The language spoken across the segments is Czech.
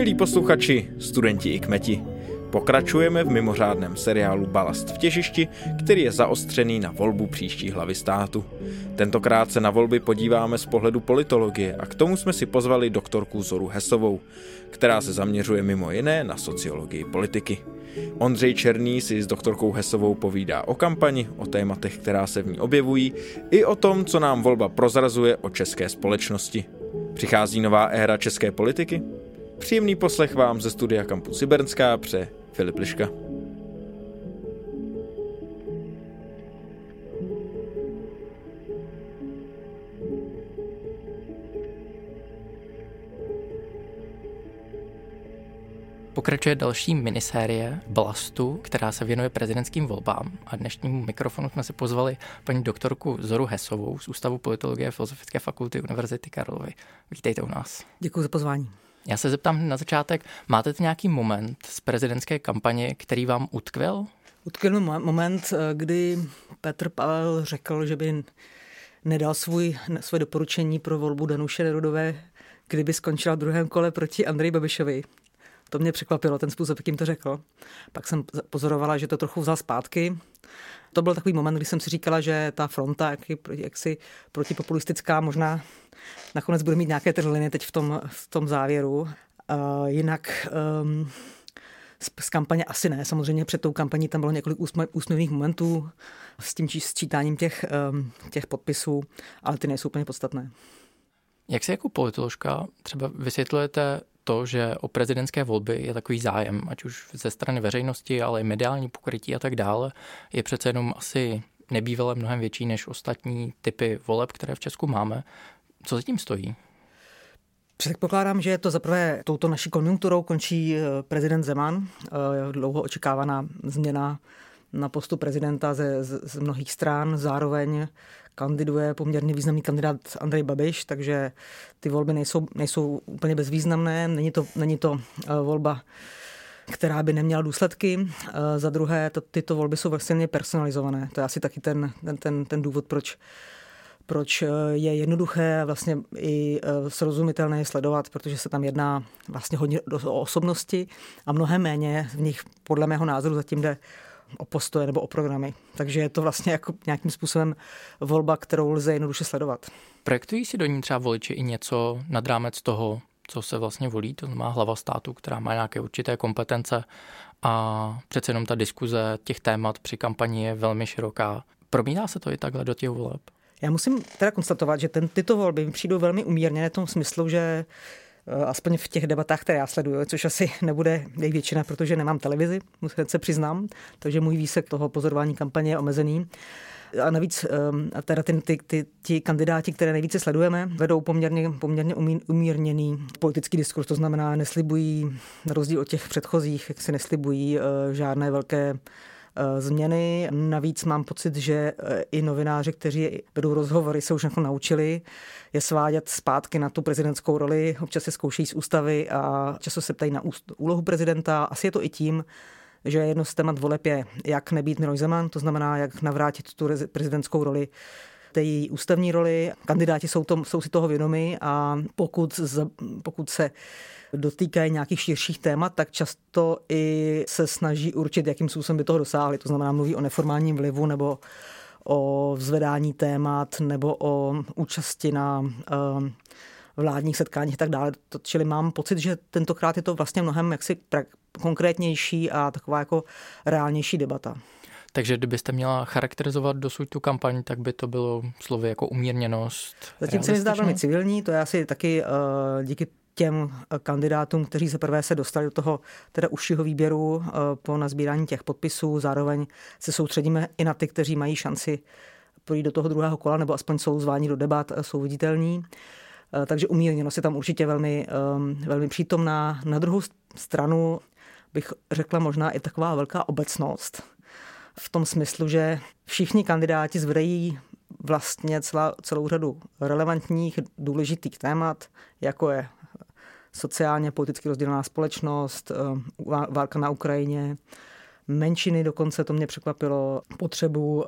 Milí posluchači, studenti i kmeti, pokračujeme v mimořádném seriálu Balast v těžišti, který je zaostřený na volbu příští hlavy státu. Tentokrát se na volby podíváme z pohledu politologie a k tomu jsme si pozvali doktorku Zoru Hessovou, která se zaměřuje mimo jiné na sociologii politiky. Ondřej Černý si s doktorkou Hessovou povídá o kampani, o tématech, která se v ní objevují, i o tom, co nám volba prozrazuje o české společnosti. Přichází nová éra české politiky? Příjemný poslech vám ze studia Campus Jibernská přeje Filip Liška. Pokračuje další minisérie Balastu, která se věnuje prezidentským volbám. A dnešnímu mikrofonu jsme si pozvali paní doktorku Zoru Hessovou z Ústavu politologie Filozofické fakulty Univerzity Karlovy. Vítejte u nás. Děkuji za pozvání. Já se zeptám na začátek, máte nějaký moment z prezidentské kampaně, který vám utkvěl? Utkvěl moment, kdy Petr Pavel řekl, že by nedal svoje doporučení pro volbu Danuše Nerudové, kdyby skončila v druhém kole proti Andreji Babišovi. To mě překvapilo, ten způsob, jakým to řekl. Pak jsem pozorovala, že to trochu vzal zpátky. To byl takový moment, kdy jsem si říkala, že ta fronta, jaksi protipopulistická, možná nakonec bude mít nějaké trhliny teď v tom závěru. Jinak z kampaně asi ne. Samozřejmě před tou kampaní tam bylo několik úsměvných momentů s tím sčítáním těch podpisů, ale ty nejsou úplně podstatné. Jak si jako politoložka třeba vysvětlujete to, že o prezidentské volby je takový zájem, ať už ze strany veřejnosti, ale i mediální pokrytí a tak dále, je přece jenom asi nebývale mnohem větší než ostatní typy voleb, které v Česku máme. Co za tím stojí? Předpokládám, že to zaprvé touto naší konjunkturou končí prezident Zeman, dlouho očekávaná změna na postu prezidenta z mnohých stran, zároveň kandiduje poměrně významný kandidát Andrej Babiš, takže ty volby nejsou úplně bezvýznamné, není to volba, která by neměla důsledky. Za druhé, tyto volby jsou vlastně personalizované. To je asi taky ten důvod, proč je jednoduché vlastně i srozumitelné sledovat, protože se tam jedná vlastně hodně o osobnosti a mnohem méně v nich podle mého názoru zatím jde o postoje nebo o programy. Takže je to vlastně jako nějakým způsobem volba, kterou lze jednoduše sledovat. Projektují si do ní třeba voliči i něco nad rámec toho, co se vlastně volí, to znamená hlava státu, která má nějaké určité kompetence a přece jenom ta diskuze těch témat při kampani je velmi široká. Promítá se to i takhle do těch voleb? Já musím teda konstatovat, že tyto volby mi přijdou velmi umírněné v tom smyslu, že aspoň v těch debatách, které já sleduju, což asi nebude jejich většina, protože nemám televizi, se přiznám, takže můj výsek toho pozorování kampaně je omezený. A navíc teda ti kandidáti, které nejvíce sledujeme, vedou poměrně umírněný politický diskurs, to znamená neslibují, na rozdíl od těch předchozích, jak se neslibují žádné velké změny. Navíc mám pocit, že i novináři, kteří vedou rozhovory, se už naučili je svádět zpátky na tu prezidentskou roli. Občas se zkoušejí z ústavy a často se ptají na úlohu prezidenta. Asi je to i tím, že jedno z témat voleb je, jak nebýt Miloš Zeman, to znamená, jak navrátit tu prezidentskou roli té její ústavní roli. Kandidáti jsou si toho vědomi a pokud se dotýkají nějakých širších témat, tak často i se snaží určit, jakým způsobem by toho dosáhli. To znamená, mluví o neformálním vlivu nebo o vzvedání témat nebo o účasti na vládních setkáních a tak dále. Čili mám pocit, že tentokrát je to vlastně mnohem jaksi konkrétnější a taková jako reálnější debata. Takže kdybyste měla charakterizovat dosud tu kampaň, tak by to bylo slovy jako umírněnost. Zatím se mi zdá velmi civilní, to je asi taky díky těm kandidátům, kteří se dostali do toho teda užšího výběru po nazbírání těch podpisů. Zároveň se soustředíme i na ty, kteří mají šanci projít do toho druhého kola, nebo aspoň jsou zváni do debat, jsou viditelní. Takže umírněnost je tam určitě velmi, velmi přítomná. Na druhou stranu bych řekla možná i taková velká obecnost v tom smyslu, že všichni kandidáti zvedají vlastně celou řadu relevantních, důležitých témat, jako je sociálně politicky rozdělená společnost, válka na Ukrajině, menšiny dokonce, to mě překvapilo, potřebu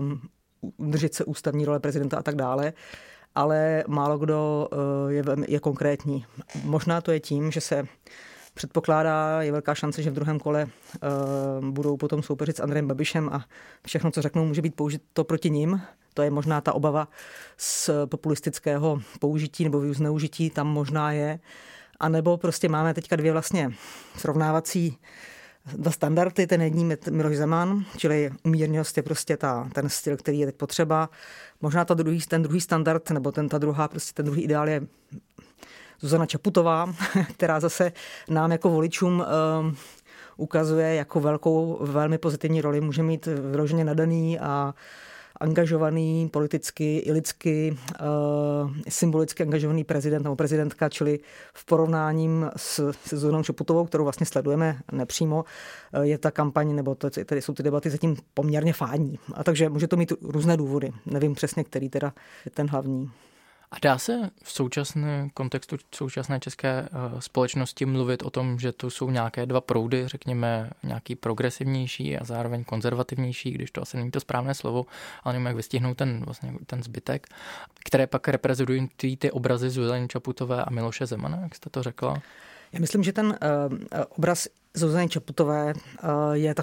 držet se ústavní role prezidenta a tak dále, ale málo kdo je konkrétní. Možná to je tím, že se předpokládá, je velká šance, že v druhém kole budou potom soupeřit s Andrejem Babišem a všechno, co řeknou, může být použito proti nim. To je možná ta obava z populistického použití nebo zneužití, tam možná je. A nebo prostě máme teďka dvě vlastně srovnávací dva standardy, ten jedním je Miloš Zeman, čili umírněnost je prostě ten styl, který je teď potřeba. Možná ten druhý standard, nebo ten druhý ideál je Zuzana Čaputová, která zase nám jako voličům ukazuje jako velmi pozitivní roli. Může mít vyloženě nadaný a angažovaný politicky i lidsky, symbolicky angažovaný prezident nebo prezidentka, čili v porovnáním s Zuzanou Čaputovou, kterou vlastně sledujeme nepřímo, je ta kampaň, nebo tady jsou ty debaty zatím poměrně fádní. A takže může to mít různé důvody. Nevím přesně, který teda je ten hlavní. A dá se v současném kontextu současné české společnosti mluvit o tom, že tu jsou nějaké dva proudy, řekněme nějaký progresivnější a zároveň konzervativnější, když to asi není to správné slovo, ale nevím, jak vystihnout ten zbytek, které pak reprezentují ty obrazy Zuzany Čaputové a Miloše Zemana, jak jste to řekla? Já myslím, že ten obraz Zuzany Čaputové je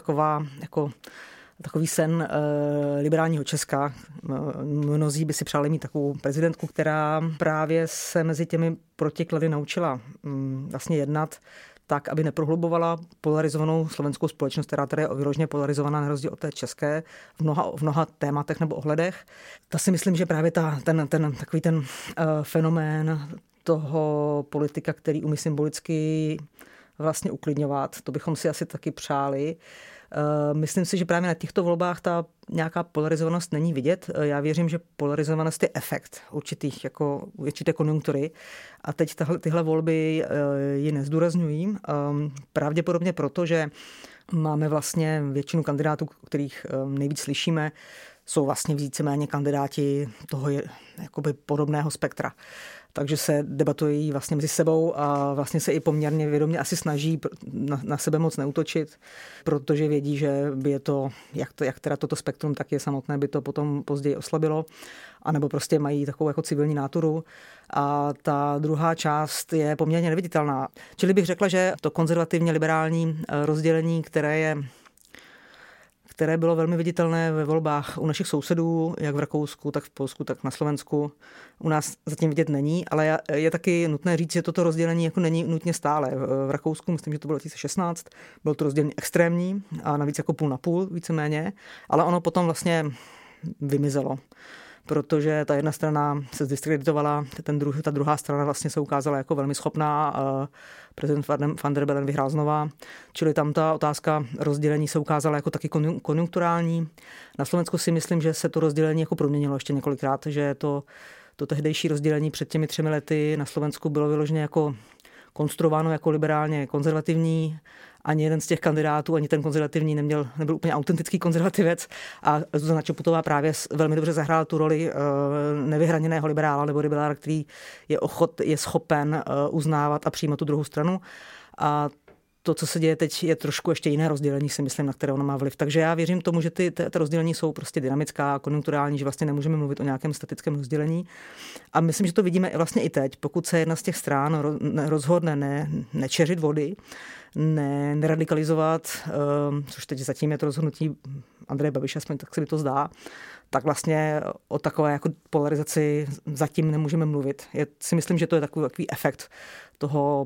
takový sen liberálního Česka. Mnozí by si přáli mít takovou prezidentku, která právě se mezi těmi protiklady naučila vlastně jednat tak, aby neprohlubovala polarizovanou slovenskou společnost, která tady je vyloženě polarizovaná na rozdíl od té české v mnoha tématech nebo ohledech. Ta si myslím, že právě ten fenomén toho politika, který umí symbolicky vlastně uklidňovat, to bychom si asi taky přáli. Myslím si, že právě na těchto volbách ta nějaká polarizovanost není vidět. Já věřím, že polarizovanost je efekt určité konjunktury a teď tyhle volby ji nezdůrazňují. Pravděpodobně proto, že máme vlastně většinu kandidátů, kterých nejvíc slyšíme, jsou vlastně víceméně kandidáti toho jakoby podobného spektra. Takže se debatují vlastně mezi sebou a vlastně se i poměrně vědomě asi snaží na sebe moc neútočit, protože vědí, že by je to, jak teda toto spektrum, tak je samotné, by to potom později oslabilo, anebo prostě mají takovou jako civilní náturu. A ta druhá část je poměrně neviditelná. Čili bych řekla, že to konzervativně liberální rozdělení, které bylo velmi viditelné ve volbách u našich sousedů, jak v Rakousku, tak v Polsku, tak na Slovensku. U nás zatím vidět není, ale je taky nutné říct, že toto rozdělení jako není nutně stále. V Rakousku, myslím, že to bylo 2016, bylo to rozdělení extrémní a navíc jako půl na půl víceméně, ale ono potom vlastně vymizelo, protože ta jedna strana se zdiskreditovala, ta druhá strana vlastně se ukázala jako velmi schopná. Prezident Van der Bellen vyhrál znova, čili tam ta otázka rozdělení se ukázala jako taky konjunkturální. Na Slovensku si myslím, že se to rozdělení jako proměnilo ještě několikrát, že to tehdejší rozdělení před těmi 3 lety na Slovensku bylo vyloženě jako konstruováno jako liberálně konzervativní. Ani jeden z těch kandidátů, ani ten konzervativní nebyl úplně autentický konzervativec a Zuzana Čaputová právě velmi dobře zahrála tu roli nevyhraněného liberála nebo liberála, který je schopen uznávat a přijímat tu druhou stranu. A to, co se děje teď, je trošku ještě jiné rozdělení, si myslím, na které ono má vliv. Takže já věřím tomu, že ty rozdělení jsou prostě dynamická, konjunkturální, že vlastně nemůžeme mluvit o nějakém statickém rozdělení. A myslím, že to vidíme vlastně i teď. Pokud se jedna z těch stran rozhodne nečeřit vody, neradikalizovat, což teď zatím je to rozhodnutí Andreje Babiše, aspoň tak se mi to zdá, tak vlastně o takové jako polarizaci zatím nemůžeme mluvit. Si myslím, že to je takový efekt toho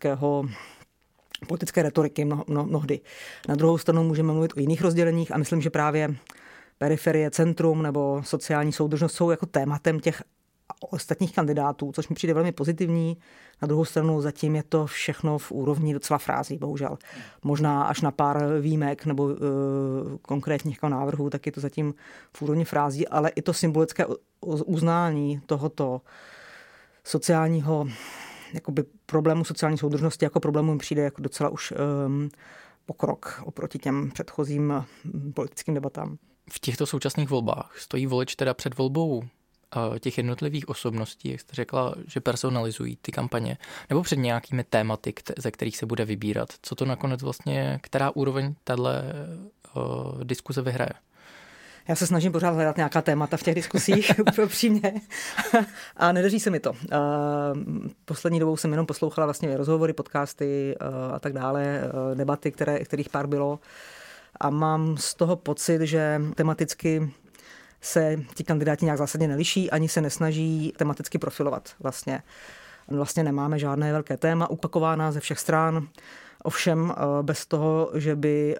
politické retoriky mnohdy. Na druhou stranu můžeme mluvit o jiných rozděleních a myslím, že právě periferie, centrum nebo sociální soudržnost jsou jako tématem těch ostatních kandidátů, což mi přijde velmi pozitivní. Na druhou stranu zatím je to všechno v úrovni docela frází, bohužel. Možná až na pár výjimek nebo konkrétních návrhů, tak je to zatím v úrovni frází, ale i to symbolické uznání tohoto sociálního jakoby problému sociální soudržnosti jako problému mi přijde jako docela už pokrok oproti těm předchozím politickým debatám. V těchto současných volbách stojí volič teda před volbou těch jednotlivých osobností, jak jste řekla, že personalizují ty kampaně, nebo před nějakými tématy, ze kterých se bude vybírat. Co to nakonec vlastně, která úroveň tahle diskuze vyhraje? Já se snažím pořád hledat nějaká témata v těch diskusích, upřímně, a nedaří se mi to. Poslední dobou jsem jenom poslouchala vlastně rozhovory, podcasty a tak dále, debaty, kterých pár bylo, a mám z toho pocit, že tematicky se ti kandidáti nějak zásadně neliší, ani se nesnaží tematicky profilovat vlastně. Vlastně nemáme žádné velké téma, upakována ze všech stran, ovšem bez toho, že by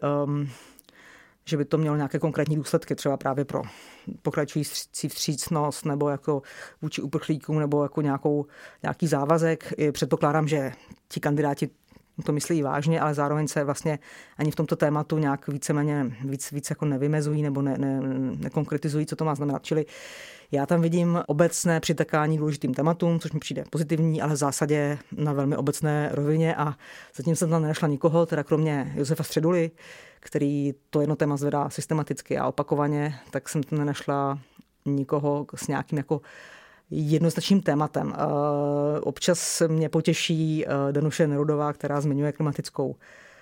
to mělo nějaké konkrétní důsledky, třeba právě pro pokračující vstřícnost nebo jako vůči uprchlíkům nebo jako nějaký závazek. Předpokládám, že ti kandidáti to myslí vážně, ale zároveň se vlastně ani v tomto tématu nějak víc jako nevymezují nebo nekonkretizují, co to má znamenat. Čili já tam vidím obecné přitakání důležitým tématům, což mi přijde pozitivní, ale v zásadě na velmi obecné rovině, a zatím jsem tam nenašla nikoho, teda kromě Josefa Středuly, který to jedno téma zvedá systematicky a opakovaně, tak jsem tam nenašla nikoho s nějakým jako jednoznačným tématem. Občas mě potěší Danuše Nerudová, která zmiňuje klimatickou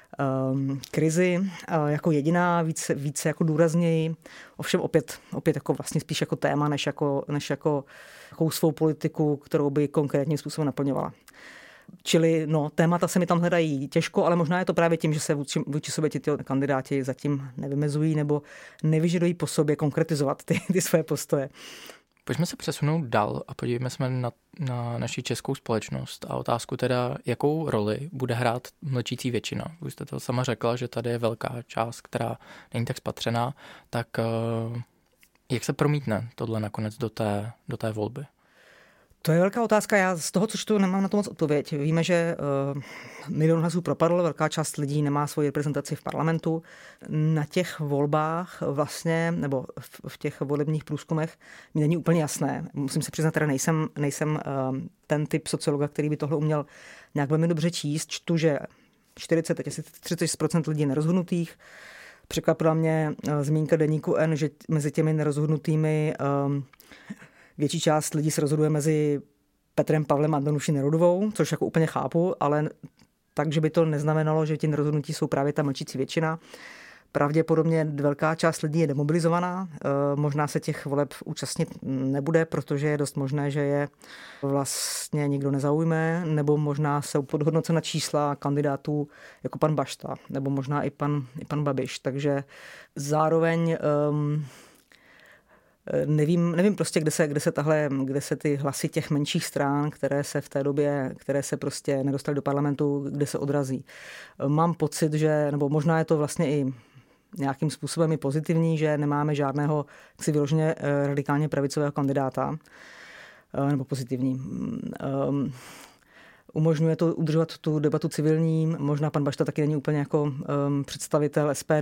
krizi jako jediná, více jako důrazněji. Ovšem opět jako vlastně spíš jako téma, než jako svou politiku, kterou by konkrétním způsobem naplňovala. Čili témata se mi tam hledají těžko, ale možná je to právě tím, že se vůči sobě ti kandidáti zatím nevymezují nebo nevyžadují po sobě konkretizovat ty své postoje. Pojďme se přesunout dál a podívejme se na naši českou společnost a otázku teda, jakou roli bude hrát mlčící většina. Už jste to sama řekla, že tady je velká část, která není tak spatřená, tak jak se promítne tohle nakonec do té volby? To je velká otázka. Já z toho, co čtu, nemám na to moc odpověď. Víme, že milion hlasů propadl, velká část lidí nemá svoji reprezentaci v parlamentu. Na těch volbách vlastně, nebo v těch volebních průzkumech mi není úplně jasné. Musím se přiznat, teda nejsem ten typ sociologa, který by tohle uměl nějak velmi dobře číst. Čtu, že 30% lidí nerozhodnutých. Překvapila mě zmínka deníku N, že mezi těmi nerozhodnutými větší část lidí se rozhoduje mezi Petrem Pavlem a Danuší Nerudovou, což jako úplně chápu, ale takže by to neznamenalo, že ti nerozhodnutí jsou právě ta mlčící většina. Pravděpodobně velká část lidí je demobilizovaná, možná se těch voleb účastnit nebude, protože je dost možné, že je vlastně nikdo nezaujme, nebo možná jsou podhodnocena čísla kandidátů jako pan Bašta, nebo možná i pan Babiš. Takže zároveň nevím prostě, kde se ty hlasy těch menších stran, které se v té době, které se prostě nedostaly do parlamentu, kde se odrazí. Mám pocit, že, nebo možná je to vlastně i nějakým způsobem i pozitivní, že nemáme žádného vyloženě radikálně pravicového kandidáta, nebo pozitivní. Umožňuje to udržovat tu debatu civilní. Možná pan Bašta taky není úplně jako představitel SPD.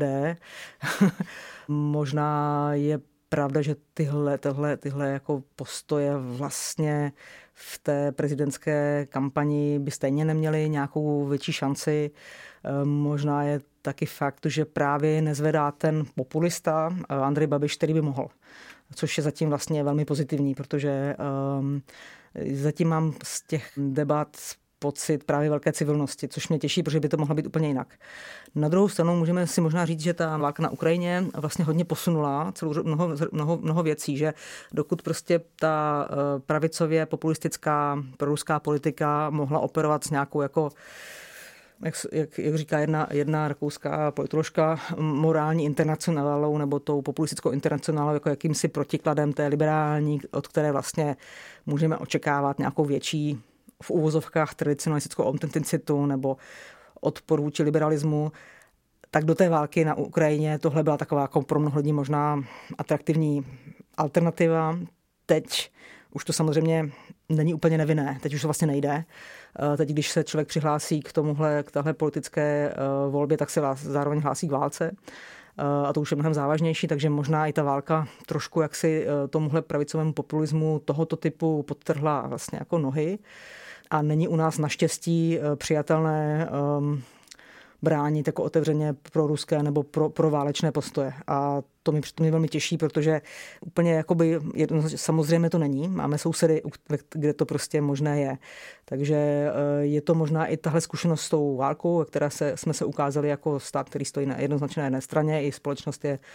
Možná je pravda, že tyhle jako postoje vlastně v té prezidentské kampani by stejně neměly nějakou větší šanci. Možná je taky fakt, že právě nezvedá ten populista Andrej Babiš, který by mohl. Což je zatím vlastně velmi pozitivní, protože zatím mám z těch debat pocit právě velké civilnosti, což mě těší, protože by to mohlo být úplně jinak. Na druhou stranu můžeme si možná říct, že ta válka na Ukrajině vlastně hodně posunula mnoho věcí, že dokud prostě ta pravicově populistická proruská politika mohla operovat s nějakou jako jak říká jedna rakouská politoložka, morální internacionálou nebo tou populistickou internacionálou jako jakýmsi protikladem té liberální, od které vlastně můžeme očekávat nějakou větší v uvozovkách tradicionalistickou autenticitu nebo odpor vůči liberalismu, tak do té války na Ukrajině tohle byla taková jako pro mnoho lidí možná atraktivní alternativa. Teď už to samozřejmě není úplně nevinné, teď už to vlastně nejde. Teď, když se člověk přihlásí k téhle politické volbě, tak se zároveň hlásí k válce. A to už je mnohem závažnější, takže možná i ta válka trošku jaksi tomuhle pravicovému populismu tohoto typu podtrhla vlastně jako nohy. A není u nás naštěstí přijatelné bránit jako otevřeně pro ruské nebo pro válečné postoje. A to mě velmi těší, protože úplně jakoby samozřejmě to není. Máme sousedy, kde to prostě možné je. Takže je to možná i tahle zkušenost s tou válkou, které jsme se ukázali jako stát, který stojí jednoznačně na jedné straně, i společnost je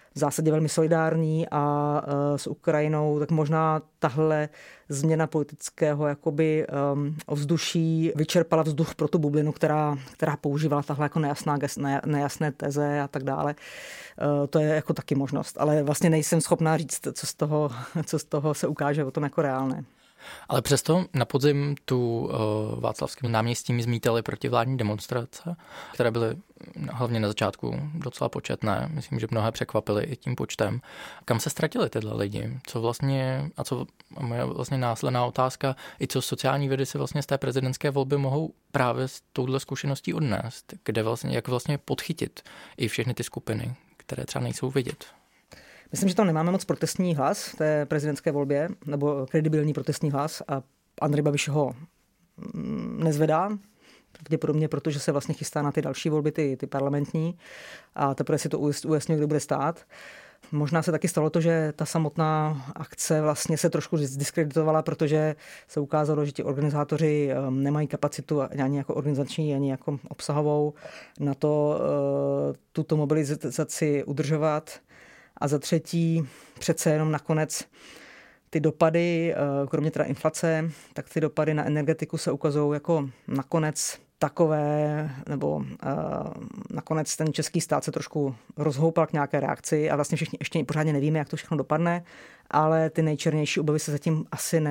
v zásadě velmi solidární a s Ukrajinou, tak možná tahle změna politického jakoby ovzduší vyčerpala vzduch pro tu bublinu, která používala tahle jako nejasné teze a tak dále. To je jako taky možnost, ale vlastně nejsem schopná říct, co z toho se ukáže o tom jako reálné. Ale přesto na podzim tu Václavským náměstím zmítaly protivládní demonstrace, které byly hlavně na začátku docela početné. Myslím, že mnohé překvapily i tím počtem. Kam se ztratili tyhle lidi? Co vlastně moje vlastně následná otázka, i co sociální vědy se vlastně z té prezidentské volby mohou právě s touhle zkušeností odnést? Jak vlastně podchytit i všechny ty skupiny, které třeba nejsou vidět? Myslím, že tam nemáme moc protestní hlas v té prezidentské volbě, nebo kredibilní protestní hlas a Andrej Babiš ho nezvedá. Pravděpodobně, protože se vlastně chystá na ty další volby, ty parlamentní a teprve si to ujasňuje, kdo bude stát. Možná se taky stalo to, že ta samotná akce vlastně se trošku diskreditovala, protože se ukázalo, že ti organizátoři nemají kapacitu ani jako organizační, ani jako obsahovou na to tuto mobilizaci udržovat. A za třetí, přece jenom nakonec ty dopady, kromě teda inflace, tak ty dopady na energetiku se ukazují jako nakonec takové, nebo nakonec ten český stát se trošku rozhoupal k nějaké reakci a vlastně všichni ještě pořádně nevíme, jak to všechno dopadne, ale ty nejčernější obavy se zatím asi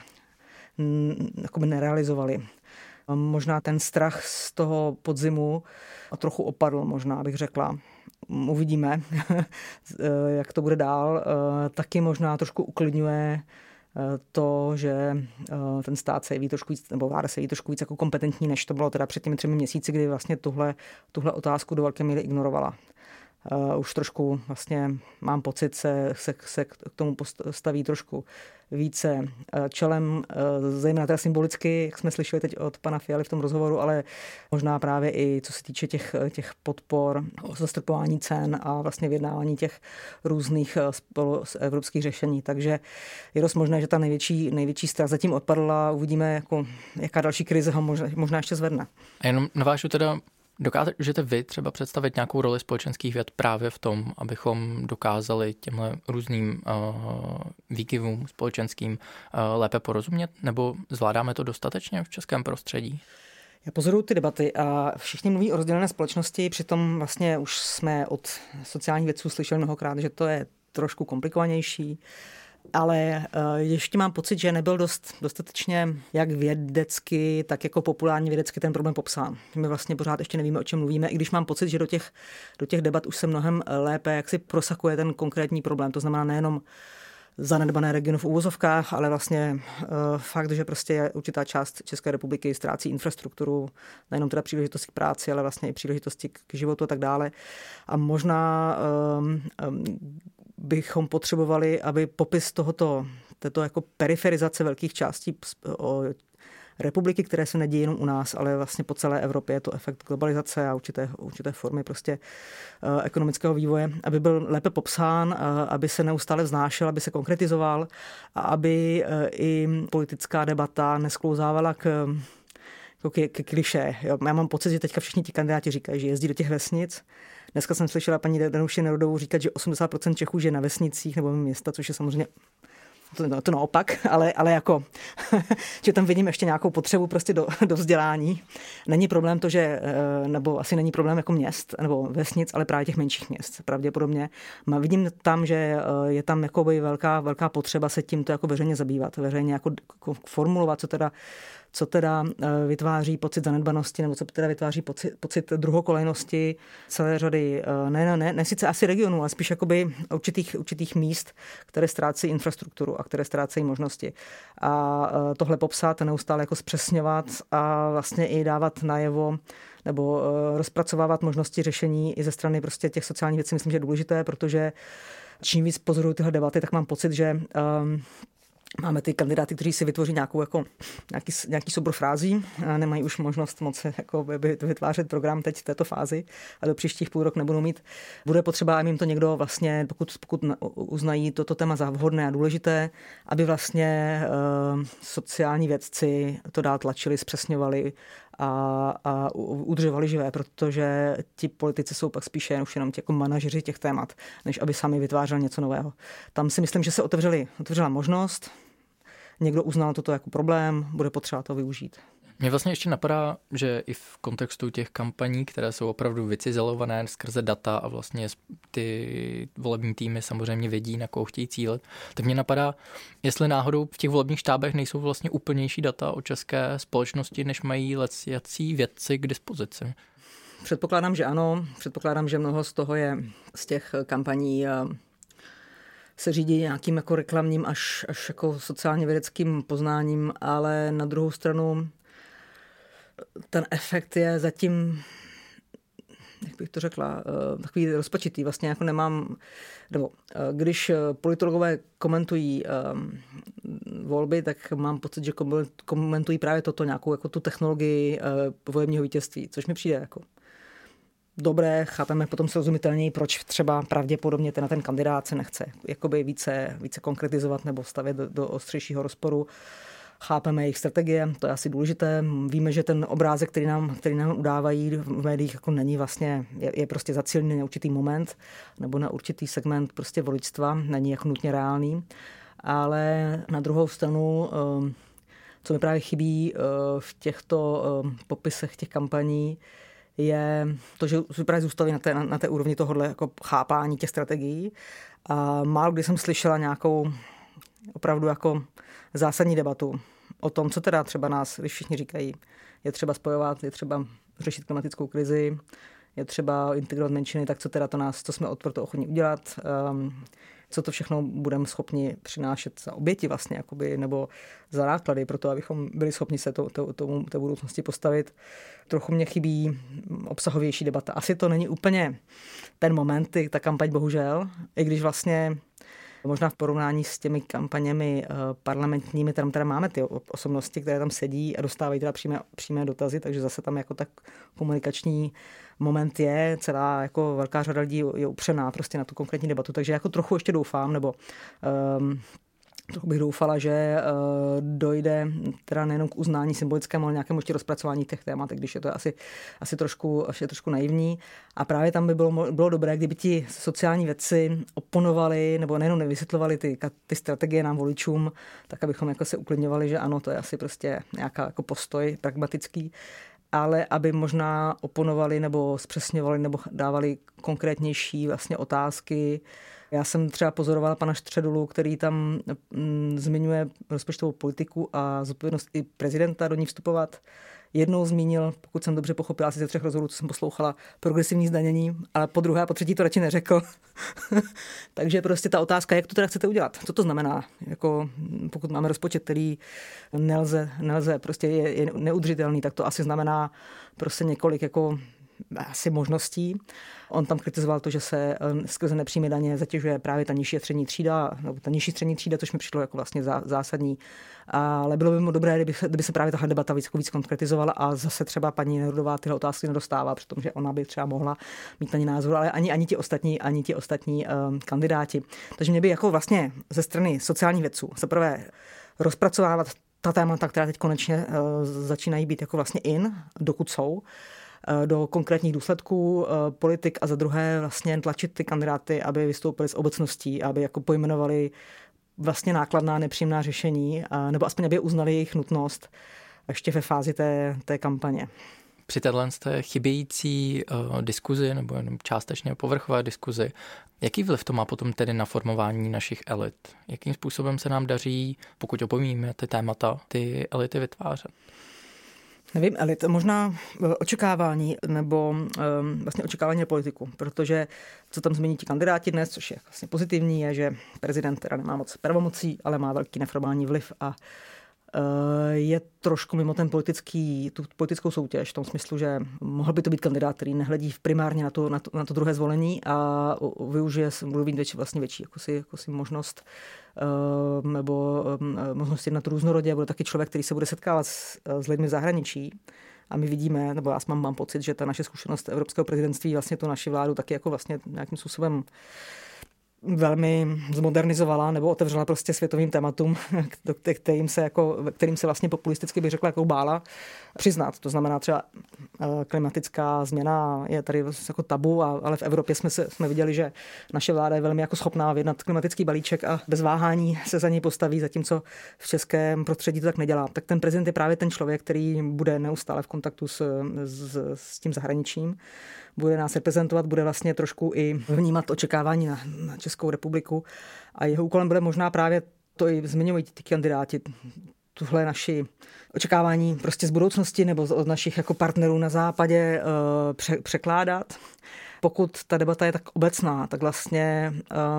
nerealizovaly. Možná ten strach z toho podzimu trochu opadl, možná bych řekla. Uvidíme, jak to bude dál. Taky možná trošku uklidňuje to, že ten stát se jeví trošku víc, nebo vláda se jeví trošku víc jako kompetentní, než to bylo teda před těmi 3 měsíci, kdy vlastně tuhle otázku do velké míry ignorovala. Už trošku vlastně mám pocit, se k tomu postaví trošku více čelem, zejména teda symbolicky, jak jsme slyšeli teď od pana Fialy v tom rozhovoru, ale možná právě i co se týče těch podpor, zastropování cen a vlastně vyjednávání těch různých evropských řešení. Takže je dost možné, že ta největší strach zatím odpadla. Uvidíme, jako, jaká další krize ho možná ještě zvedne. A jenom navážu teda, dokážete vy třeba představit nějakou roli společenských věd právě v tom, abychom dokázali těmhle různým výkyvům společenským lépe porozumět? Nebo zvládáme to dostatečně v českém prostředí? Já pozoruju ty debaty a všichni mluví o rozdělené společnosti, přitom vlastně už jsme od sociálních vědců slyšeli mnohokrát, že to je trošku komplikovanější. Ale ještě mám pocit, že nebyl dostatečně jak vědecky, tak jako populárně vědecky ten problém popsán. My vlastně pořád ještě nevíme, o čem mluvíme, i když mám pocit, že do těch debat už se mnohem lépe jaksi prosakuje ten konkrétní problém. To znamená nejenom zanedbané regiony v uvozovkách, ale vlastně fakt, že prostě určitá část České republiky ztrácí infrastrukturu, nejenom teda příležitosti k práci, ale vlastně i příležitosti k životu a tak dále. A možná bychom potřebovali, aby popis této jako periferizace velkých částí republiky, které se nedějí jenom u nás, ale vlastně po celé Evropě, je to efekt globalizace a určité formy prostě ekonomického vývoje, aby byl lépe popsán, aby se neustále vznášel, aby se konkretizoval a aby i politická debata nesklouzávala k klišé. Já mám pocit, že teďka všichni ti kandidáti říkají, že jezdí do těch vesnic. Dneska jsem slyšela paní Danuši Nerudovou říkat, že 80% Čechů žije na vesnicích nebo města, což je samozřejmě to naopak, ale jako, že tam vidím ještě nějakou potřebu prostě do vzdělání. Není problém to, že, nebo asi není problém jako měst nebo vesnic, ale právě těch menších měst, pravděpodobně. Vidím tam, že je tam jakoby velká potřeba se tímto jako veřejně zabývat, veřejně jako formulovat, co teda vytváří pocit zanedbanosti, nebo co teda vytváří pocit druhokolejnosti celé řady, ne sice asi regionů, ale spíš jakoby určitých míst, které ztrácejí infrastrukturu a které ztrácejí možnosti. A tohle popsat, neustále jako zpřesňovat a vlastně i dávat najevo nebo rozpracovávat možnosti řešení i ze strany prostě těch sociálních věcí, myslím, že je důležité, protože čím víc pozoruju tyhle debaty, tak mám pocit, že máme ty kandidáty, kteří si vytvoří nějaký soubor frází a nemají už možnost moc jako vytvářet program teď v této fázi a do příštích půl rok nebudou mít. Bude potřeba, aby jim to někdo vlastně, pokud uznají toto téma za vhodné a důležité, aby vlastně sociální vědci to dál tlačili, zpřesňovali a udržovali živé, protože ti politici jsou pak spíše už jenom jako manažeři těch témat, než aby sami vytvářeli něco nového. Tam si myslím, že se otevřela možnost, někdo uznal toto jako problém, bude potřeba to využít. Mně vlastně ještě napadá, že i v kontextu těch kampaní, které jsou opravdu vycizelované skrze data a vlastně ty volební týmy samozřejmě vědí, na koho chtějí cílit, tak mě napadá, jestli náhodou v těch volebních štábech nejsou vlastně úplnější data o české společnosti, než mají lecjací vědci k dispozici. Předpokládám, že ano. Předpokládám, že mnoho z toho je z těch kampaní se řídí nějakým jako reklamním až jako sociálně vědeckým poznáním, ale na druhou stranu ten efekt je zatím, jak bych to řekla, takový rozpačitý. Vlastně jako nemám, nebo když politologové komentují volby, tak mám pocit, že komentují právě toto, nějakou jako tu technologii volebního vítězství, což mi přijde jako dobré, chápeme potom srozumitelněji, proč třeba pravděpodobně ten kandidát se nechce jakoby více konkretizovat nebo stavět do ostřejšího rozporu. Chápeme jejich strategie, to je asi důležité. Víme, že ten obrázek, který nám udávají v médiích, jako není vlastně, je prostě zacílený na určitý moment nebo na určitý segment prostě voličstva, není jako nutně reálný. Ale na druhou stranu, co mi právě chybí v těchto popisech těch kampaní, je to, že právě zůstali na té úrovni tohohle jako chápání těch strategií. A málo kdy jsem slyšela nějakou opravdu jako zásadní debatu o tom, co teda třeba nás, když všichni říkají, je třeba spojovat, je třeba řešit klimatickou krizi, je třeba integrovat menšiny, tak co teda co jsme proto ochotní udělat, co to všechno budeme schopni přinášet za oběti vlastně, jakoby, nebo za náklady pro to, abychom byli schopni se té budoucnosti postavit. Trochu mě chybí obsahovější debata. Asi to není úplně ten moment, ta kampaň bohužel, i když vlastně možná v porovnání s těmi kampaněmi parlamentními, tam teda máme ty osobnosti, které tam sedí a dostávají teda přímé dotazy, takže zase tam jako tak komunikační moment je, celá jako velká řada lidí je upřená prostě na tu konkrétní debatu, takže jako trochu ještě doufám, nebo trochu bych doufala, že dojde teda nejenom k uznání symbolickému, ale nějakému ještě rozpracování těch témat, když je to asi trošku naivní. A právě tam by bylo dobré, kdyby ti sociální vědci oponovali, nebo nejenom nevysvětlovali ty strategie nám voličům, tak abychom jako se uklidňovali, že ano, to je asi prostě nějaká jako postoj pragmatický, ale aby možná oponovali nebo zpřesňovali nebo dávali konkrétnější vlastně otázky. Já jsem třeba pozorovala pana Středulu, který tam zmiňuje rozpočtovou politiku a zodpovědnost i prezidenta do ní vstupovat. Jednou zmínil, pokud jsem dobře pochopila, asi ze 3 rozhovorů, co jsem poslouchala, progresivní zdanění, ale po druhé a po třetí to radši neřekl. Takže prostě ta otázka, jak to teda chcete udělat? Co to znamená? Jako, pokud máme rozpočet, který nelze prostě je neudržitelný, tak to asi znamená prostě několik jako asi možností. On tam kritizoval to, že se skrze nepřímé daně zatěžuje právě ta nižší střední třída, nebo ta nižší střední třída, což mi přišlo jako vlastně zásadní. Ale bylo by mu dobré, kdyby se právě tahle debata víc konkretizovala a zase třeba paní Nerudová tyhle otázky nedostává, protože ona by třeba mohla mít na ně názor, ale ani ti ostatní kandidáti. Takže mě by jako vlastně ze strany sociálních vědců za prvé rozpracovávat ta témata, která teď konečně začínají být jako vlastně dokud jsou, do konkrétních důsledků politik a za druhé vlastně tlačit ty kandidáty, aby vystoupili s obecností, aby jako pojmenovali vlastně nákladná, nepříjemná řešení, nebo aspoň aby uznali jejich nutnost ještě ve fázi té kampaně. Při téhle chybějící diskuzi nebo jenom částečně povrchové diskuzi, jaký vliv to má potom tedy na formování našich elit? Jakým způsobem se nám daří, pokud opomíníme ty témata, ty elity vytvářet? Nevím, elit, možná očekávání nebo vlastně očekávání politiku, protože co tam změní ti kandidáti dnes, což je vlastně pozitivní, je, že prezident teda nemá moc pravomocí, ale má velký neformální vliv a je trošku mimo tu politickou soutěž v tom smyslu, že mohl by to být kandidát, který nehledí primárně na to druhé zvolení a bude mít vlastně větší jako si možnost nebo možnost jít na tu různorodě. Bude taky člověk, který se bude setkávat s lidmi v zahraničí. A my vidíme, nebo já mám pocit, že ta naše zkušenost evropského prezidentství vlastně tu naši vládu taky jako vlastně nějakým způsobem velmi zmodernizovala nebo otevřela prostě světovým tématům, kterým se vlastně populisticky bych řekla jako bála přiznat. To znamená třeba klimatická změna je tady jako tabu, ale v Evropě jsme viděli, že naše vláda je velmi jako schopná vyjednat klimatický balíček a bez váhání se za něj postaví, zatímco v českém prostředí to tak nedělá. Tak ten prezident je právě ten člověk, který bude neustále v kontaktu s tím zahraničím, bude nás reprezentovat, bude vlastně trošku i vnímat očekávání na Českou republiku a jeho úkolem bude možná právě to i zmiňují ty kandidáti, tuhle naši očekávání prostě z budoucnosti nebo od našich jako partnerů na západě překládat. Pokud ta debata je tak obecná, tak vlastně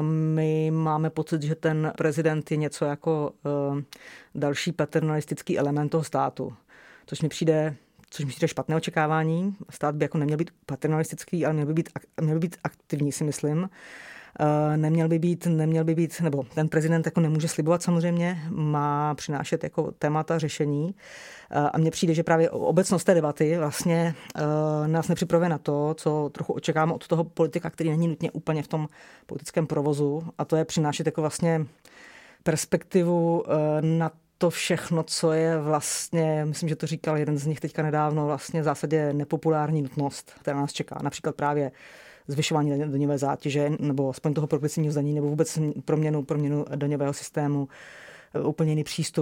my máme pocit, že ten prezident je něco jako další paternalistický element toho státu, což mi přijde špatné očekávání. Stát by jako neměl být paternalistický, ale měl by být aktivní, si myslím. Neměl by být, nebo ten prezident jako nemůže slibovat samozřejmě, má přinášet jako témata řešení. A mně přijde, že právě obecnost té debaty vlastně nás nepřipravuje na to, co trochu očekáváme od toho politika, který není nutně úplně v tom politickém provozu, a to je přinášet jako vlastně perspektivu na to všechno, co je vlastně, myslím, že to říkal jeden z nich teďka nedávno, vlastně v zásadě nepopulární nutnost, která nás čeká. Například právě zvyšování daňové zátěže, nebo aspoň toho progresivního zdanění, nebo vůbec proměnu daňového systému, úplně jiný přístup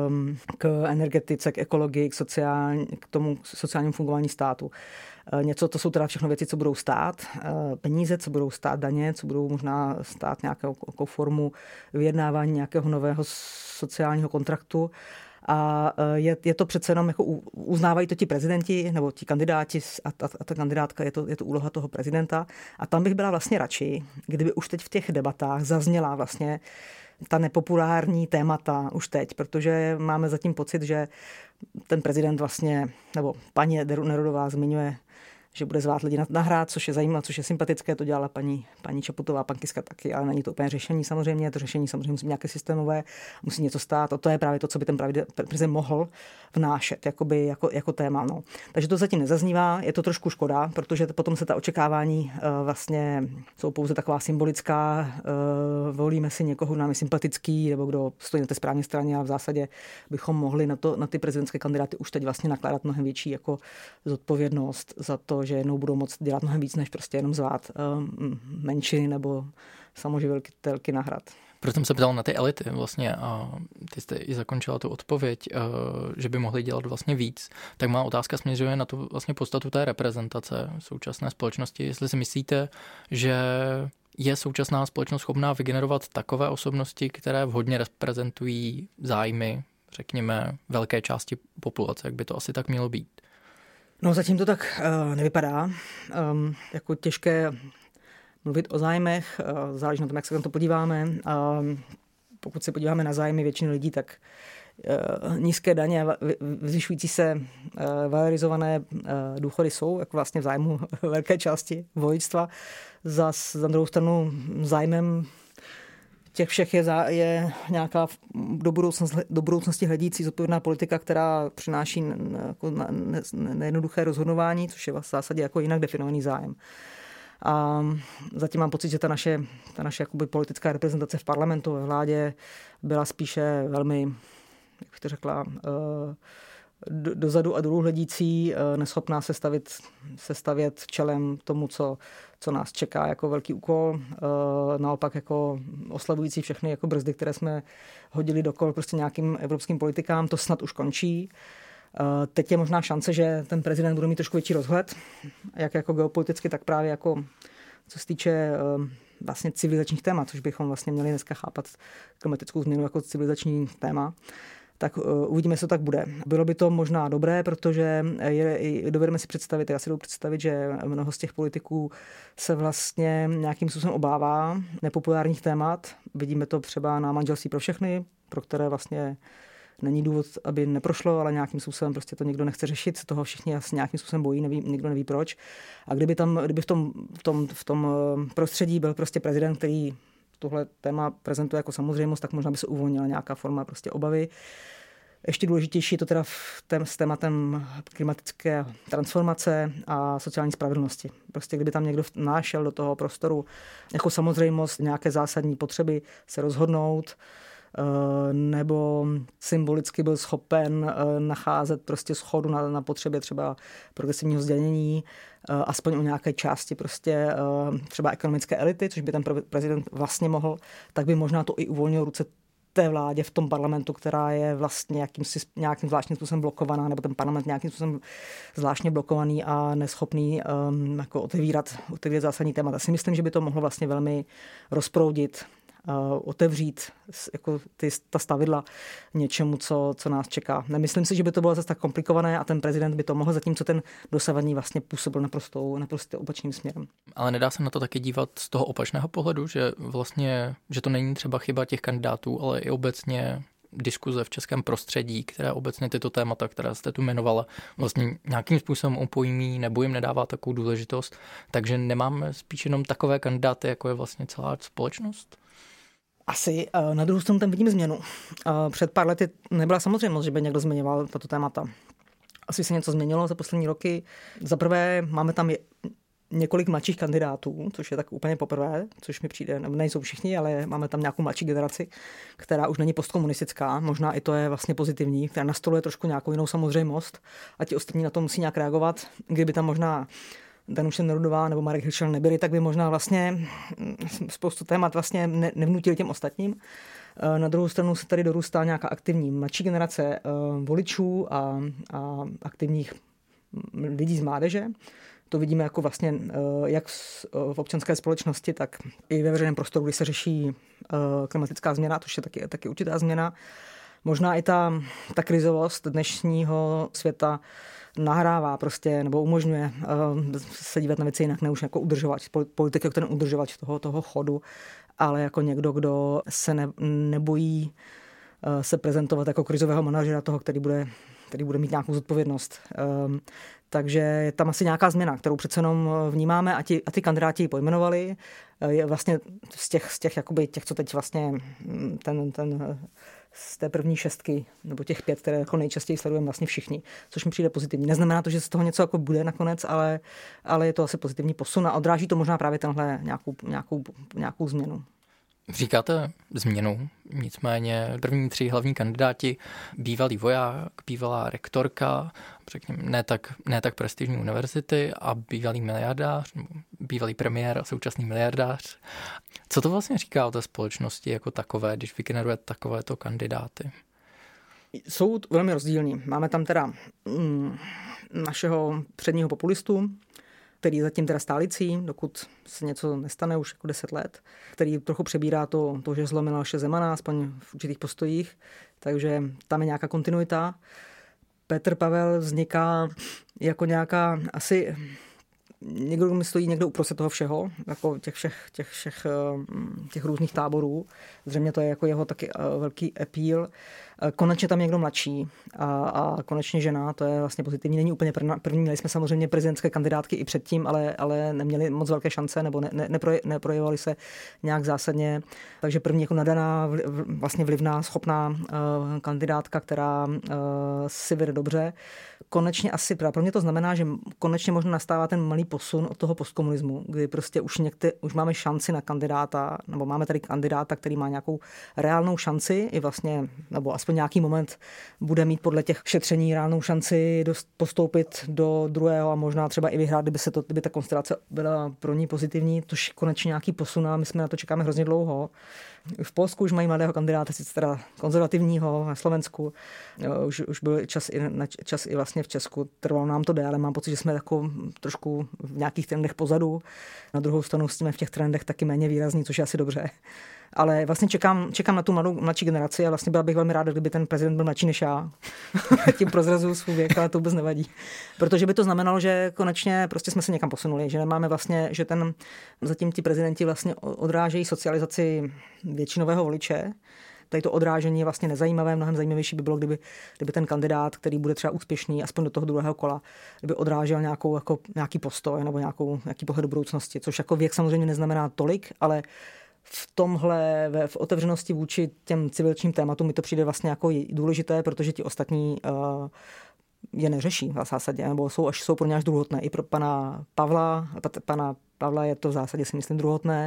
k energetice, k ekologii, k tomu sociálnímu fungování státu. To jsou teda všechno věci, co budou stát peníze, co budou stát daně, co budou možná stát nějakou formu vyjednávání nějakého nového sociálního kontraktu. A je to přece jenom, jako uznávají to ti prezidenti nebo ti kandidáti a ta kandidátka, je to úloha toho prezidenta. A tam bych byla vlastně radši, kdyby už teď v těch debatách zazněla vlastně ta nepopulární témata už teď, protože máme zatím pocit, že ten prezident vlastně, nebo paní Nerudová zmiňuje, že bude zvát lidi na hrad, což je zajímavé, což je sympatické, to dělala paní Čaputová, pan Kiska taky, ale není to úplně řešení samozřejmě, to řešení samozřejmě musí být nějaké systémové, musí něco stát, a to je právě to, co by ten prezident mohl vnášet jako téma. No. Takže to zatím nezaznívá, je to trošku škoda, protože potom se ta očekávání vlastně jsou pouze taková symbolická, volíme si někoho, nám je sympatický, nebo kdo stojí na té správné straně, a v zásadě bychom mohli na ty prezidentské kandidáty už teď vlastně nakládat mnohem větší jako zodpovědnost za to, že jednou budou moct dělat mnohem víc, než prostě jenom zvát menšiny nebo samoživitelky na hrad. Proto jsem se ptal na ty elity vlastně a ty jste i zakončila tu odpověď, že by mohli dělat vlastně víc. Tak má otázka směřuje na tu vlastně podstatu té reprezentace současné společnosti. Jestli si myslíte, že je současná společnost schopná vygenerovat takové osobnosti, které vhodně reprezentují zájmy, řekněme, velké části populace, jak by to asi tak mělo být? No zatím to tak nevypadá. Jako těžké mluvit o zájmech, záleží na tom, jak se na to podíváme. Pokud se podíváme na zájmy většiny lidí, tak nízké daně a zvyšující se valorizované důchody jsou jako vlastně v zájmu velké části voličstva. Za druhou stranu zájmem těch všech je nějaká do budoucnosti hledící zodpovědná politika, která přináší jako nejednoduché rozhodování, což je v zásadě jako jinak definovaný zájem. A zatím mám pocit, že ta naše jakoby politická reprezentace v parlamentu, ve vládě byla spíše velmi, jak bych to řekla, dozadu a dolů hledící, neschopná se stavět čelem tomu, co nás čeká jako velký úkol, naopak jako oslavující všechny jako brzdy, které jsme hodili do kol prostě nějakým evropským politikám, to snad už končí. Teď je možná šance, že ten prezident bude mít trošku větší rozhled, jak jako geopoliticky, tak právě jako co se týče vlastně civilizačních témat, což bychom vlastně měli dneska chápat klimatickou změnu jako civilizační téma. Tak uvidíme, co tak bude. Bylo by to možná dobré, protože dovedeme si představit, já si dovedu představit, že mnoho z těch politiků se vlastně nějakým způsobem obává nepopulárních témat. Vidíme to třeba na manželství pro všechny, pro které vlastně není důvod, aby neprošlo, ale nějakým způsobem prostě to někdo nechce řešit, toho všichni asi nějakým způsobem bojí, nikdo neví proč. A kdyby v tom prostředí byl prostě prezident, který tohle téma prezentuje jako samozřejmost, tak možná by se uvolnila nějaká forma prostě obavy. Ještě důležitější je to teda s tématem klimatické transformace a sociální spravedlnosti. Prostě kdyby tam někdo nášel do toho prostoru jako samozřejmost nějaké zásadní potřeby se rozhodnout, nebo symbolicky byl schopen nacházet prostě shodu na potřebě třeba progresivního zdanění, aspoň o nějaké části prostě třeba ekonomické elity, což by ten prezident vlastně mohl, tak by možná to i uvolnil ruce té vládě v tom parlamentu, která je vlastně nějakým zvláštním způsobem blokovaná, nebo ten parlament nějakým způsobem zvláštně blokovaný a neschopný jako otevírat zásadní témata. Si myslím, že by to mohlo vlastně velmi rozproudit, otevřít jako ta stavidla něčemu, co nás čeká. Nemyslím si, že by to bylo zase tak komplikované a ten prezident by to mohl, zatímco ten dosavadní vlastně působil naprosto opačným směrem. Ale nedá se na to taky dívat z toho opačného pohledu, že vlastně, že to není třeba chyba těch kandidátů, ale i obecně diskuze v českém prostředí, které obecně tyto témata, která jste tu jmenovala, vlastně nějakým způsobem opojmí nebo jim nedává takovou důležitost, takže nemáme spíš jenom takové kandidáty, jako je vlastně celá společnost? Asi. Na druhou stranu tam vidím změnu. Před pár lety nebyla samozřejmost, že by někdo zmiňoval tato témata. Asi se něco změnilo za poslední roky. Za prvé máme tam několik mladších kandidátů, což je tak úplně poprvé, což mi přijde, nejsou všichni, ale máme tam nějakou mladší generaci, která už není postkomunistická, možná i to je vlastně pozitivní, která nastoluje trošku nějakou jinou samozřejmost a ti ostatní na to musí nějak reagovat. Kdyby tam možná Danuše Nerudová nebo Marek Hiršel nebyli, tak by možná vlastně spoustu témat vlastně nevnutili těm ostatním. Na druhou stranu se tady dorůstá nějaká aktivní mladší generace voličů a aktivních lidí z mládeže. To vidíme jako vlastně jak v občanské společnosti, tak i ve veřejném prostoru, kdy se řeší klimatická změna, to je taky určitá změna. Možná i ta krizovost dnešního světa nahrává prostě, nebo umožňuje se dívat na věci jinak, ne už jako udržovač, politik jako ten udržovač toho chodu, ale jako někdo, kdo se nebojí se prezentovat jako krizového manažera toho, který bude mít nějakou zodpovědnost. Takže je tam asi nějaká změna, kterou přece jenom vnímáme a ty kandidáti ji pojmenovali. Je vlastně z těch, co teď vlastně z té první šestky, nebo těch 5, které jako nejčastěji sledujeme vlastně všichni, což mi přijde pozitivní. Neznamená to, že z toho něco jako bude nakonec, ale je to asi pozitivní posun a odráží to možná právě tenhle nějakou změnu. Říkáte změnu, nicméně první 3 hlavní kandidáti, bývalý voják, bývalá rektorka, řekněme, ne tak prestižní univerzity a bývalý miliardář, bývalý premiér a současný miliardář. Co to vlastně říká o té společnosti jako takové, když vygeneruje takovéto kandidáty? Jsou velmi rozdílní. Máme tam teda našeho předního populistu, který je zatím teda stálicí, dokud se něco nestane už jako 10 let, který trochu přebírá to žezlo Miloše Zemana, aspoň v určitých postojích, takže tam je nějaká kontinuita. Petr Pavel vzniká jako nějaká asi někdo, kdo mi stojí někdo uprostřed toho všeho, jako těch různých táborů. Zřejmě to je jako jeho taky velký appeal. Konečně tam někdo mladší a konečně žena, to je vlastně pozitivní. Není úplně první, měli jsme samozřejmě prezidentské kandidátky i předtím, ale neměli moc velké šance nebo neprojevovali se nějak zásadně. Takže první jako nadaná, vlastně vlivná, schopná kandidátka, která si vede dobře. Konečně asi, pro mě to znamená, že konečně možná nastává ten malý posun od toho postkomunismu, kdy prostě už máme šanci na kandidáta, nebo máme tady kandidáta, který má nějakou reálnou šanci i vlastně, nebo aspoň nějaký moment bude mít podle těch šetření reálnou šanci postoupit do druhého a možná třeba i vyhrát, kdyby ta konstelace byla pro ní pozitivní, tož konečně nějaký posun a my jsme na to čekáme hrozně dlouho. V Polsku už mají mladého kandidáta, sice teda konzervativního, na Slovensku. Už byl čas i vlastně v Česku. Trvalo nám to déle, mám pocit, že jsme jako trošku v nějakých trendech pozadu. Na druhou stranu jsme v těch trendech taky méně výrazní, což je asi dobře. Ale vlastně čekám na tu mladší generaci a vlastně byla bych velmi ráda, kdyby ten prezident byl mladší než já. Tím prozrazuju svůj věk, ale to vůbec nevadí. Protože by to znamenalo, že konečně prostě jsme se někam posunuli, že nemáme vlastně, že zatím ti prezidenti vlastně odrážejí socializaci většinového voliče. Tady to odrážení je vlastně nezajímavé, mnohem zajímavější by bylo, kdyby ten kandidát, který bude třeba úspěšný, aspoň do toho druhého kola, kdyby odrážel nějaký postoj nebo nějaký pohled do budoucnosti, což jako věk samozřejmě neznamená tolik, ale v tomhle, v otevřenosti vůči těm civilizačním tématům mi to přijde vlastně jako důležité, protože ti ostatní je neřeší v zásadě, nebo jsou pro ně až druhotné. I pro pana Pavla je to v zásadě, si myslím, druhotné.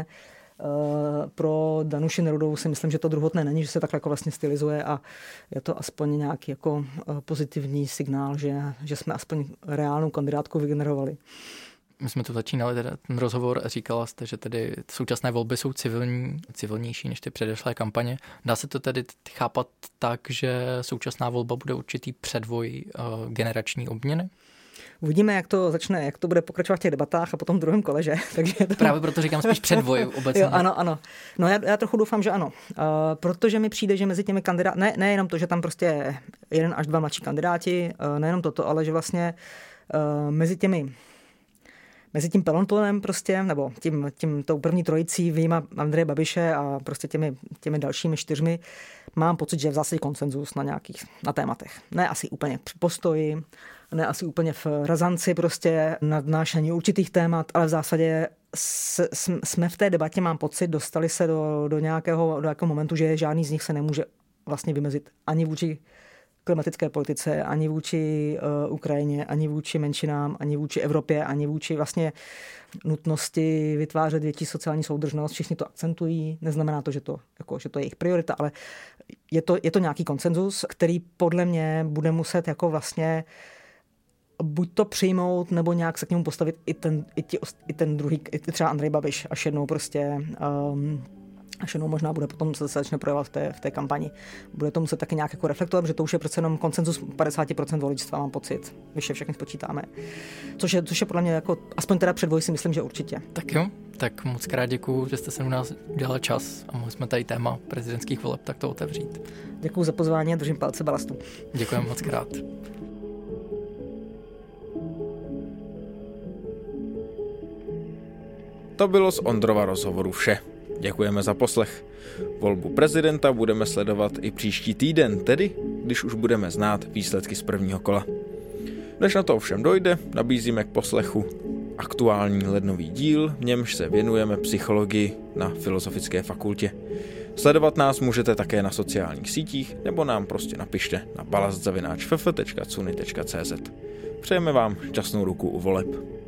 Pro Danuši Nerudovou si myslím, že to druhotné není, že se takhle jako vlastně stylizuje a je to aspoň nějaký jako pozitivní signál, že jsme aspoň reálnou kandidátku vygenerovali. My jsme tu začínali ten rozhovor a říkala jste, že tedy současné volby jsou civilnější než ty předešlé kampaně. Dá se to tedy chápat tak, že současná volba bude určitý předvoj generační obměny? Uvidíme, jak to bude pokračovat v těch debatách a potom v druhém kole, že? Takže Právě proto říkám spíš předvoj obecně. Jo, ano. No já trochu doufám, že ano. Protože mi přijde, že mezi těmi kandidáty, nejenom to, že tam prostě 1 až 2 mladší kandidáti, nejenom toto, ale že vlastně mezi tím pelontonem prostě, nebo tou první trojicí vyjma Andreje Babiše a prostě těmi dalšími 4 mám pocit, že je v zásadě konsenzus na tématech. Ne asi úplně při postoji, ne asi úplně v razanci prostě nadnášení určitých témat, ale v zásadě jsme v té debatě, mám pocit, dostali se do nějakého momentu, že žádný z nich se nemůže vlastně vymezit ani vůči klimatické politice, ani vůči Ukrajině, ani vůči menšinám, ani vůči Evropě, ani vůči vlastně nutnosti vytvářet větší sociální soudržnost. Všichni to akcentují, neznamená to, že to je jejich priorita, ale je to nějaký konsenzus, který podle mě bude muset jako vlastně buď to přijmout, nebo nějak se k němu postavit i ten druhý, i třeba Andrej Babiš, až jednou prostě až jednou možná bude potom se začne projevovat v té kampani. Bude to muset taky nějak jako reflektovat, že to už je přece jenom konsenzus 50% voličstva, mám pocit, když je všechny spočítáme. Což je podle mě jako, aspoň teda předvoj si myslím, že určitě. Tak jo, tak moc krát děkuju, že jste se u nás udělali čas a mohli jsme tady téma prezidentských voleb takto otevřít. Děkuju za pozvání a držím palce Balastu. Děkujeme moc krát. To bylo z Ondrova rozhovoru vše. Děkujeme za poslech. Volbu prezidenta budeme sledovat i příští týden, tedy když už budeme znát výsledky z prvního kola. Než na to ovšem dojde, nabízíme k poslechu aktuální lednový díl, v němž se věnujeme psychologii na Filozofické fakultě. Sledovat nás můžete také na sociálních sítích nebo nám prostě napište na balast@ff.cuny.cz. Přejeme vám šťastnou ruku u voleb.